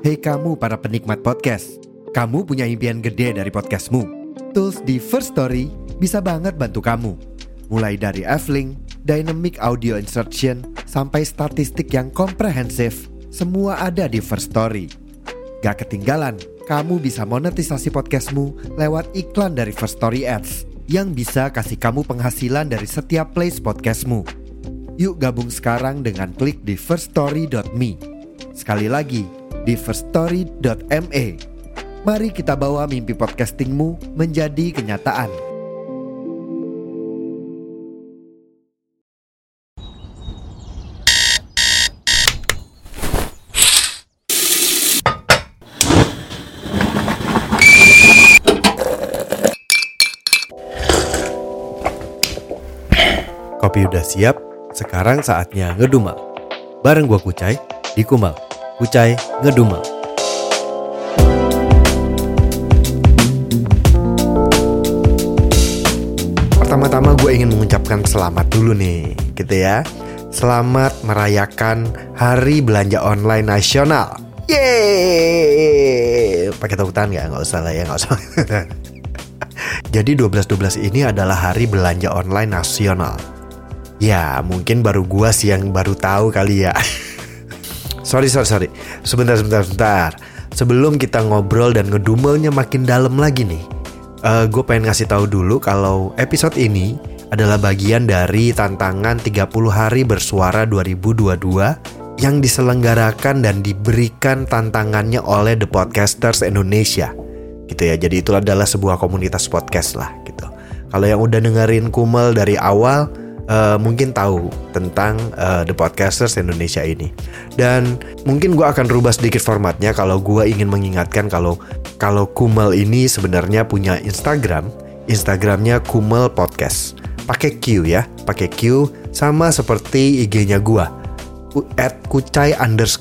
Hei kamu para penikmat podcast, kamu punya impian gede dari podcastmu. Tools di First Story bisa banget bantu kamu. Mulai dari F-Link, Dynamic Audio Insertion, sampai statistik yang komprehensif, semua ada di First Story. Gak ketinggalan, kamu bisa monetisasi podcastmu lewat iklan dari First Story Ads yang bisa kasih kamu penghasilan dari setiap plays podcastmu. Yuk gabung sekarang dengan klik di firststory.me. Sekali lagi, di firststory.me. Mari kita bawa mimpi podcastingmu menjadi kenyataan. Kopi udah siap, sekarang saatnya ngedumel. Bareng gua Kucai di Kumal. Kucai ngedumel. Pertama-tama gue ingin mengucapkan selamat dulu nih, gitu ya. Selamat merayakan Hari Belanja Online Nasional. Yeay! Pakai tepuk tangan nggak? Nggak usah lah ya, nggak usah. Jadi 12.12 ini adalah Hari Belanja Online Nasional. Ya, mungkin baru gua sih yang baru tahu kali ya. Sorry. Sebentar. Sebelum kita ngobrol dan ngedumelnya makin dalam lagi nih, gue pengen ngasih tahu dulu kalau episode ini adalah bagian dari tantangan 30 hari bersuara 2022 yang diselenggarakan dan diberikan tantangannya oleh The Podcasters Indonesia. Gitu ya. Jadi itu adalah sebuah komunitas podcast lah gitu. Kalau yang udah dengerin Kumel dari awal, mungkin tahu tentang The Podcasters Indonesia ini. Dan mungkin gue akan rubah sedikit formatnya kalau gue ingin mengingatkan kalau Kumel ini sebenarnya punya Instagramnya Kumel Podcast. Pakai Q ya, pakai Q sama seperti IG-nya gue @kucai_.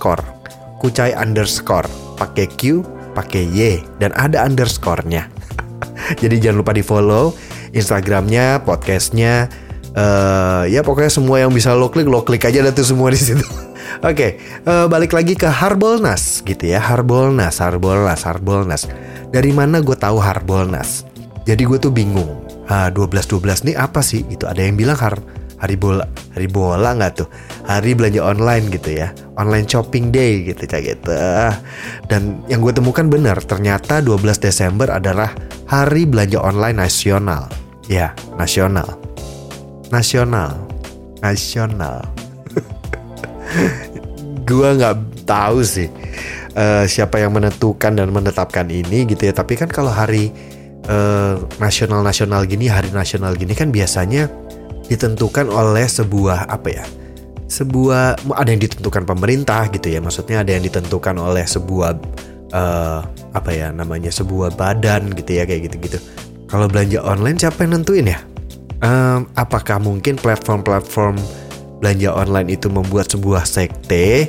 Pakai Q, pakai Y dan ada underscore-nya. Jadi jangan lupa di follow Instagramnya, podcastnya. Ya pokoknya semua yang bisa lo klik aja dah tuh semua di situ. Oke, balik lagi ke Harbolnas gitu ya. Harbolnas. Dari mana gue tahu Harbolnas? Jadi gue tuh bingung. 12.12 nih apa sih? Itu ada yang bilang hari bola nggak tuh? Hari belanja online gitu ya. Online shopping day gitu. Dan yang gue temukan benar, ternyata 12 Desember adalah Hari Belanja Online Nasional. Ya, nasional. Gua nggak tahu sih siapa yang menentukan dan menetapkan ini gitu ya. Tapi kan kalau hari nasional gini, hari nasional gini kan biasanya ditentukan oleh sebuah ada yang ditentukan pemerintah gitu ya. Maksudnya ada yang ditentukan oleh sebuah sebuah badan gitu ya, kayak gitu. Kalau belanja online siapa yang nentuin ya? Apakah mungkin platform belanja online itu membuat sebuah sekte?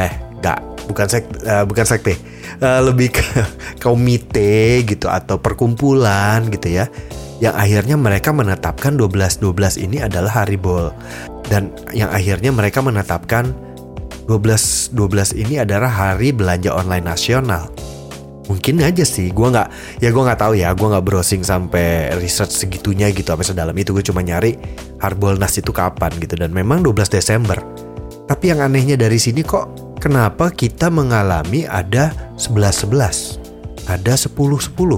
Bukan sekte. Lebih ke komite gitu atau perkumpulan gitu ya. Yang akhirnya mereka menetapkan 12.12 ini adalah hari bol. Dan yang akhirnya mereka menetapkan 12.12 ini adalah Hari Belanja Online Nasional. Mungkin aja sih, gue nggak tahu ya, gue nggak browsing sampai research segitunya gitu, sampai sedalam itu. Gue cuma nyari Harbolnas itu kapan gitu, dan memang 12 Desember. Tapi yang anehnya dari sini kok, kenapa kita mengalami ada 11-11, ada 10-10,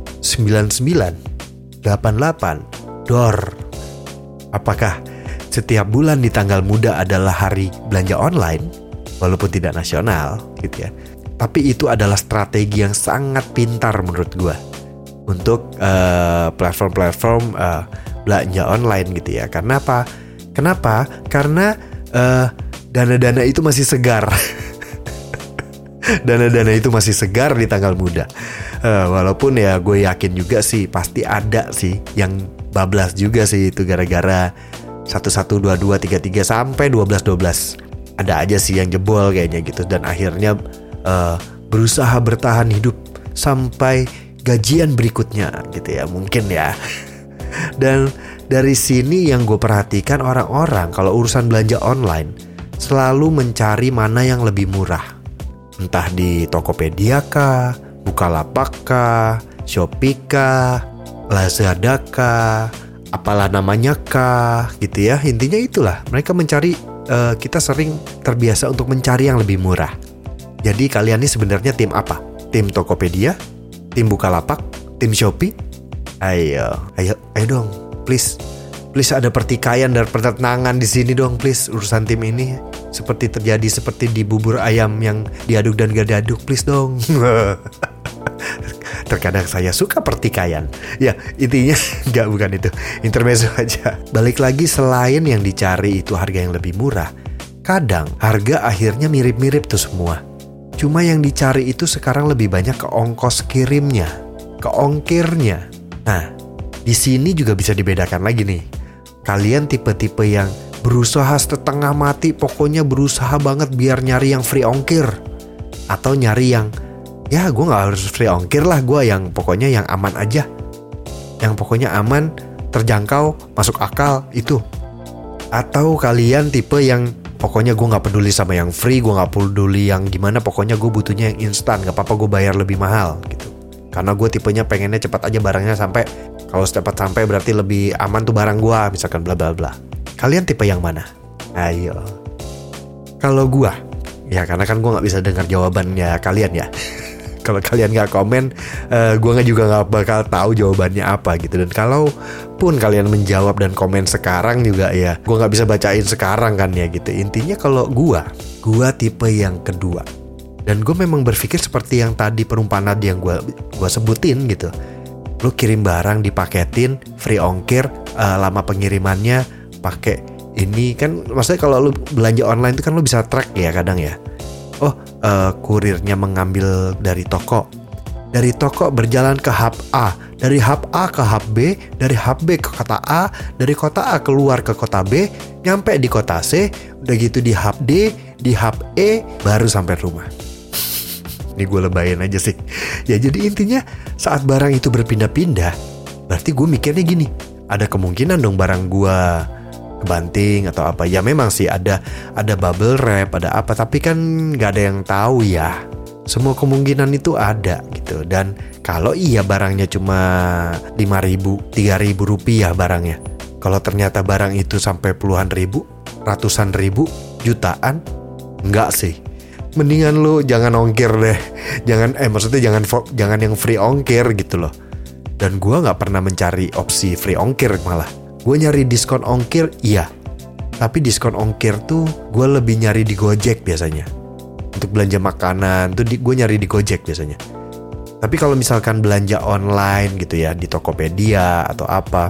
99, 88, DOR. Apakah setiap bulan di tanggal muda adalah hari belanja online, walaupun tidak nasional gitu ya? Tapi itu adalah strategi yang sangat pintar menurut gue untuk platform-platform belanja online gitu ya. Karena apa? Karena dana-dana itu masih segar. Dana-dana itu masih segar di tanggal muda. Walaupun ya gue yakin juga sih pasti ada sih yang bablas juga sih itu gara-gara 11, 22, 33 sampai 12. Ada aja sih yang jebol kayaknya gitu, dan akhirnya berusaha bertahan hidup sampai gajian berikutnya gitu ya, mungkin ya. Dan dari sini yang gue perhatikan, orang-orang kalau urusan belanja online selalu mencari mana yang lebih murah. Entah di Tokopedia kah, Bukalapak kah, Shopee kah, Lazada kah, apalah namanya kah, gitu ya. Intinya itulah, mereka mencari, kita sering terbiasa untuk mencari yang lebih murah. Jadi kalian ini sebenarnya tim apa? Tim Tokopedia? Tim Bukalapak? Tim Shopee? Ayo dong, please ada pertikaian dan pertentangan di sini dong, please. Urusan tim ini seperti terjadi seperti di bubur ayam yang diaduk dan gak diaduk, please dong. Terkadang saya suka pertikaian. Ya, intinya bukan itu. Intermezzo aja. Balik lagi, selain yang dicari itu harga yang lebih murah, kadang harga akhirnya mirip-mirip tuh semua. Cuma yang dicari itu sekarang lebih banyak ke ongkos kirimnya, ke ongkirnya. Nah, di sini juga bisa dibedakan lagi nih. Kalian tipe-tipe yang berusaha setengah mati, pokoknya berusaha banget biar nyari yang free ongkir. Atau nyari yang, ya gue gak harus free ongkir lah, gue yang pokoknya yang aman aja. Yang pokoknya aman, terjangkau, masuk akal, itu. Atau kalian tipe yang pokoknya gue gak peduli sama yang free, gue gak peduli yang gimana, pokoknya gue butuhnya yang instan, gak apa-apa gue bayar lebih mahal gitu. Karena gue tipenya pengennya cepat aja barangnya sampai. Kalau cepat sampai berarti lebih aman tuh barang gue, misalkan bla bla bla. Kalian tipe yang mana? Ayo. Kalau gue, ya karena kan gue gak bisa dengar jawabannya kalian ya. Kalau kalian gak komen, gue juga gak bakal tahu jawabannya apa gitu. Dan kalau pun kalian menjawab dan komen sekarang juga ya, gue gak bisa bacain sekarang kan ya gitu. Intinya kalau gue tipe yang kedua. Dan gue memang berpikir seperti yang tadi perumpamaan yang gue sebutin gitu. Lu kirim barang dipaketin, free ongkir, lama pengirimannya, pakai ini kan. Maksudnya kalau lu belanja online itu kan lu bisa track ya kadang ya. Oh, kurirnya mengambil dari toko. Dari toko berjalan ke hub A. Dari hub A ke hub B. Dari hub B ke kota A. Dari kota A keluar ke kota B. Nyampe di kota C. Udah gitu di hub D. Di hub E. Baru sampai rumah. Ini gue lebayin aja sih. Ya jadi intinya saat barang itu berpindah-pindah, berarti gue mikirnya gini, ada kemungkinan dong barang gue kebanting atau apa. Ya memang sih ada bubble wrap, ada apa, tapi kan gak ada yang tahu ya. Semua kemungkinan itu ada gitu. Dan kalau iya barangnya cuma 5.000, 3.000 rupiah barangnya, kalau ternyata barang itu sampai puluhan ribu, ratusan ribu, jutaan, enggak sih. Mendingan lu jangan ongkir deh. Maksudnya jangan yang free ongkir gitu loh. Dan gue gak pernah mencari opsi free ongkir, malah gue nyari diskon ongkir, iya. Tapi diskon ongkir tuh gue lebih nyari di Gojek biasanya. Untuk belanja makanan tuh gue nyari di Gojek biasanya. Tapi kalau misalkan belanja online gitu ya, di Tokopedia atau apa,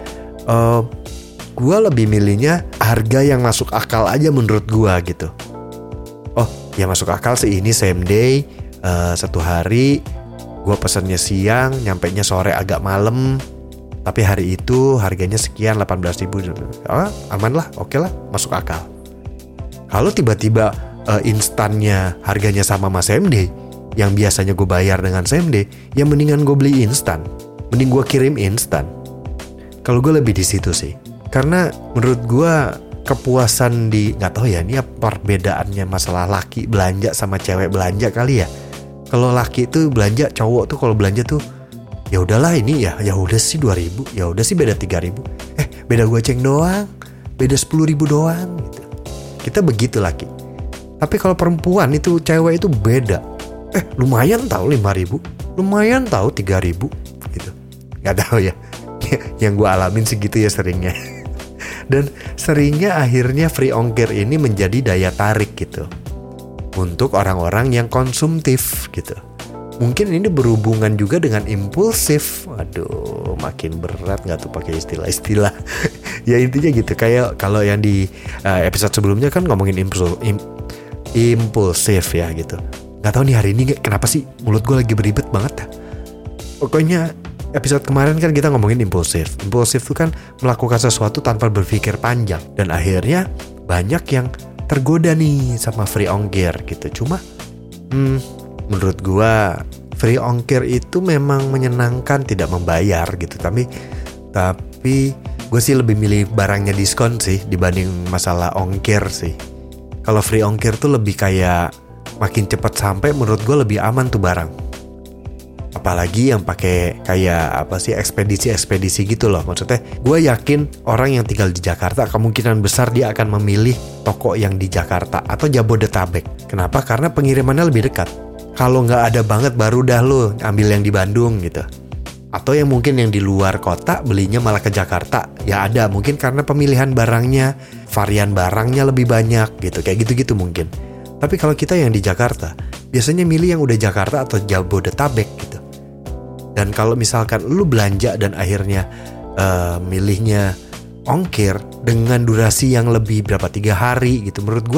gue lebih milihnya harga yang masuk akal aja menurut gue gitu. Oh ya masuk akal sih, ini same day, 1 hari, gue pesennya siang, nyampenya sore agak malam, tapi hari itu harganya sekian, 18.000, aman lah, oke lah, masuk akal. Kalau tiba-tiba instannya harganya sama same day, yang biasanya gue bayar dengan same day, ya mendingan gue beli instan, mending gue kirim instan. Kalau gue lebih di situ sih, karena menurut gue kepuasan nggak tahu ya, ini perbedaannya masalah laki belanja sama cewek belanja kali ya. Kalau laki itu belanja, cowok tuh kalau belanja tuh ya udahlah ini ya udah sih 2.000, ya udah sih beda 3.000, beda goceng doang, beda 10.000 doang gitu. Kita begitu laki. Tapi kalau perempuan itu, cewek itu beda. Lumayan tahu 5.000, lumayan tahu 3.000 gitu. Nggak tahu ya. Yang gue alamin segitu ya seringnya. Dan seringnya akhirnya free ongkir ini menjadi daya tarik gitu untuk orang-orang yang konsumtif gitu. Mungkin ini berhubungan juga dengan impulsif. Aduh, makin berat nggak tuh pakai istilah-istilah. Ya intinya gitu. Kayak kalau yang di episode sebelumnya kan ngomongin impulsif ya gitu. Nggak tahu nih hari ini kenapa sih mulut gue lagi beribet banget. Pokoknya episode kemarin kan kita ngomongin impulsif. Impulsif itu kan melakukan sesuatu tanpa berpikir panjang. Dan akhirnya banyak yang tergoda nih sama free ongkir gitu. Cuma menurut gua free ongkir itu memang menyenangkan, tidak membayar gitu. Tapi gue sih lebih milih barangnya diskon sih dibanding masalah ongkir sih. Kalau free ongkir tuh lebih kayak makin cepat sampai menurut gue lebih aman tuh barang. Apalagi yang pakai kayak ekspedisi gitu loh. Maksudnya gue yakin orang yang tinggal di Jakarta kemungkinan besar dia akan memilih toko yang di Jakarta atau Jabodetabek. Kenapa? Karena pengirimannya lebih dekat. Kalau nggak ada banget baru dah lo ambil yang di Bandung gitu. Atau yang mungkin yang di luar kota belinya malah ke Jakarta. Ya ada, mungkin karena pemilihan barangnya, varian barangnya lebih banyak gitu. Kayak gitu-gitu mungkin. Tapi kalau kita yang di Jakarta, biasanya milih yang udah Jakarta atau Jabodetabek gitu. Dan kalau misalkan lu belanja dan akhirnya milihnya ongkir dengan durasi yang lebih 3 hari gitu, menurut gue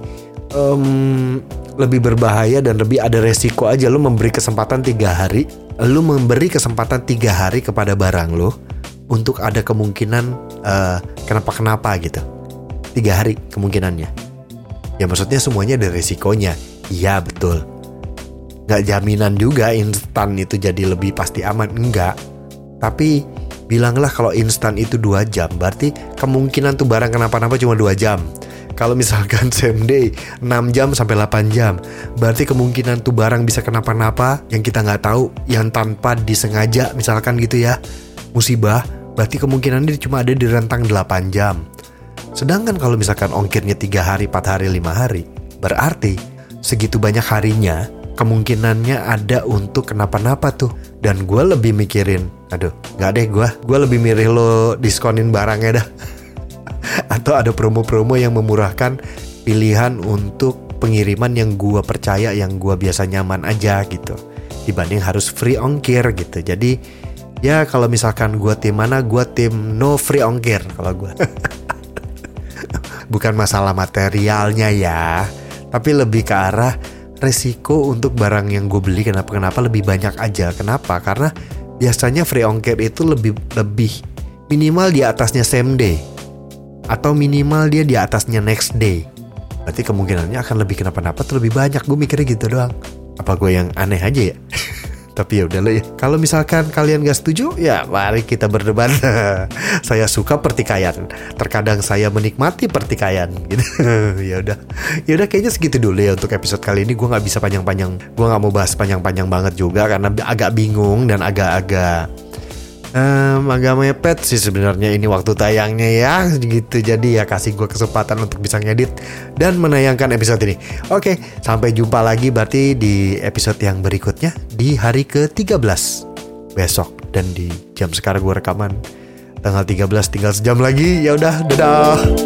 lebih berbahaya dan lebih ada resiko aja. Lu memberi kesempatan 3 hari, lu memberi kesempatan 3 hari kepada barang lu untuk ada kemungkinan kenapa gitu. 3 hari kemungkinannya. Ya maksudnya semuanya ada resikonya. Iya betul. Gak jaminan juga instan itu jadi lebih pasti aman. Enggak. Tapi bilanglah kalau instan itu 2 jam, berarti kemungkinan tuh barang kenapa-napa cuma 2 jam. Kalau misalkan same day 6 jam sampai 8 jam, berarti kemungkinan tuh barang bisa kenapa-napa yang kita gak tahu, yang tanpa disengaja misalkan gitu ya, musibah, berarti kemungkinannya cuma ada di rentang 8 jam. Sedangkan kalau misalkan ongkirnya 3 hari, 4 hari, 5 hari, berarti segitu banyak harinya kemungkinannya ada untuk kenapa-napa tuh. Dan gue lebih mikirin, gak deh, gue lebih milih lo diskonin barangnya dah. Atau ada promo-promo yang memurahkan pilihan untuk pengiriman yang gue percaya, yang gue biasa nyaman aja gitu, dibanding harus free ongkir gitu. Jadi ya kalau misalkan gue tim mana, gue tim no free ongkir kalau gue. Bukan masalah materialnya ya, tapi lebih ke arah resiko untuk barang yang gue beli kenapa lebih banyak aja. Kenapa? Karena biasanya free ongkir itu lebih minimal di atasnya same day atau minimal dia di atasnya next day. Berarti kemungkinannya akan lebih kenapa-napa tuh lebih banyak. Gue mikirnya gitu doang. Apa gue yang aneh aja ya? Tapi ya udah lo ya. Kalau misalkan kalian gak setuju, ya mari kita berdebat. Saya suka pertikaian. Terkadang saya menikmati pertikaian gitu. Ya udah kayaknya segitu dulu ya untuk episode kali ini. Gue nggak bisa panjang-panjang. Gue nggak mau bahas panjang-panjang banget juga karena agak bingung dan agak mepet sih sebenarnya ini waktu tayangnya ya gitu. Jadi ya kasih gue kesempatan untuk bisa ngedit dan menayangkan episode ini. Oke, sampai jumpa lagi berarti di episode yang berikutnya di hari ke-13 besok. Dan di jam sekarang gue rekaman tanggal 13 tinggal sejam lagi. Ya udah, dadah.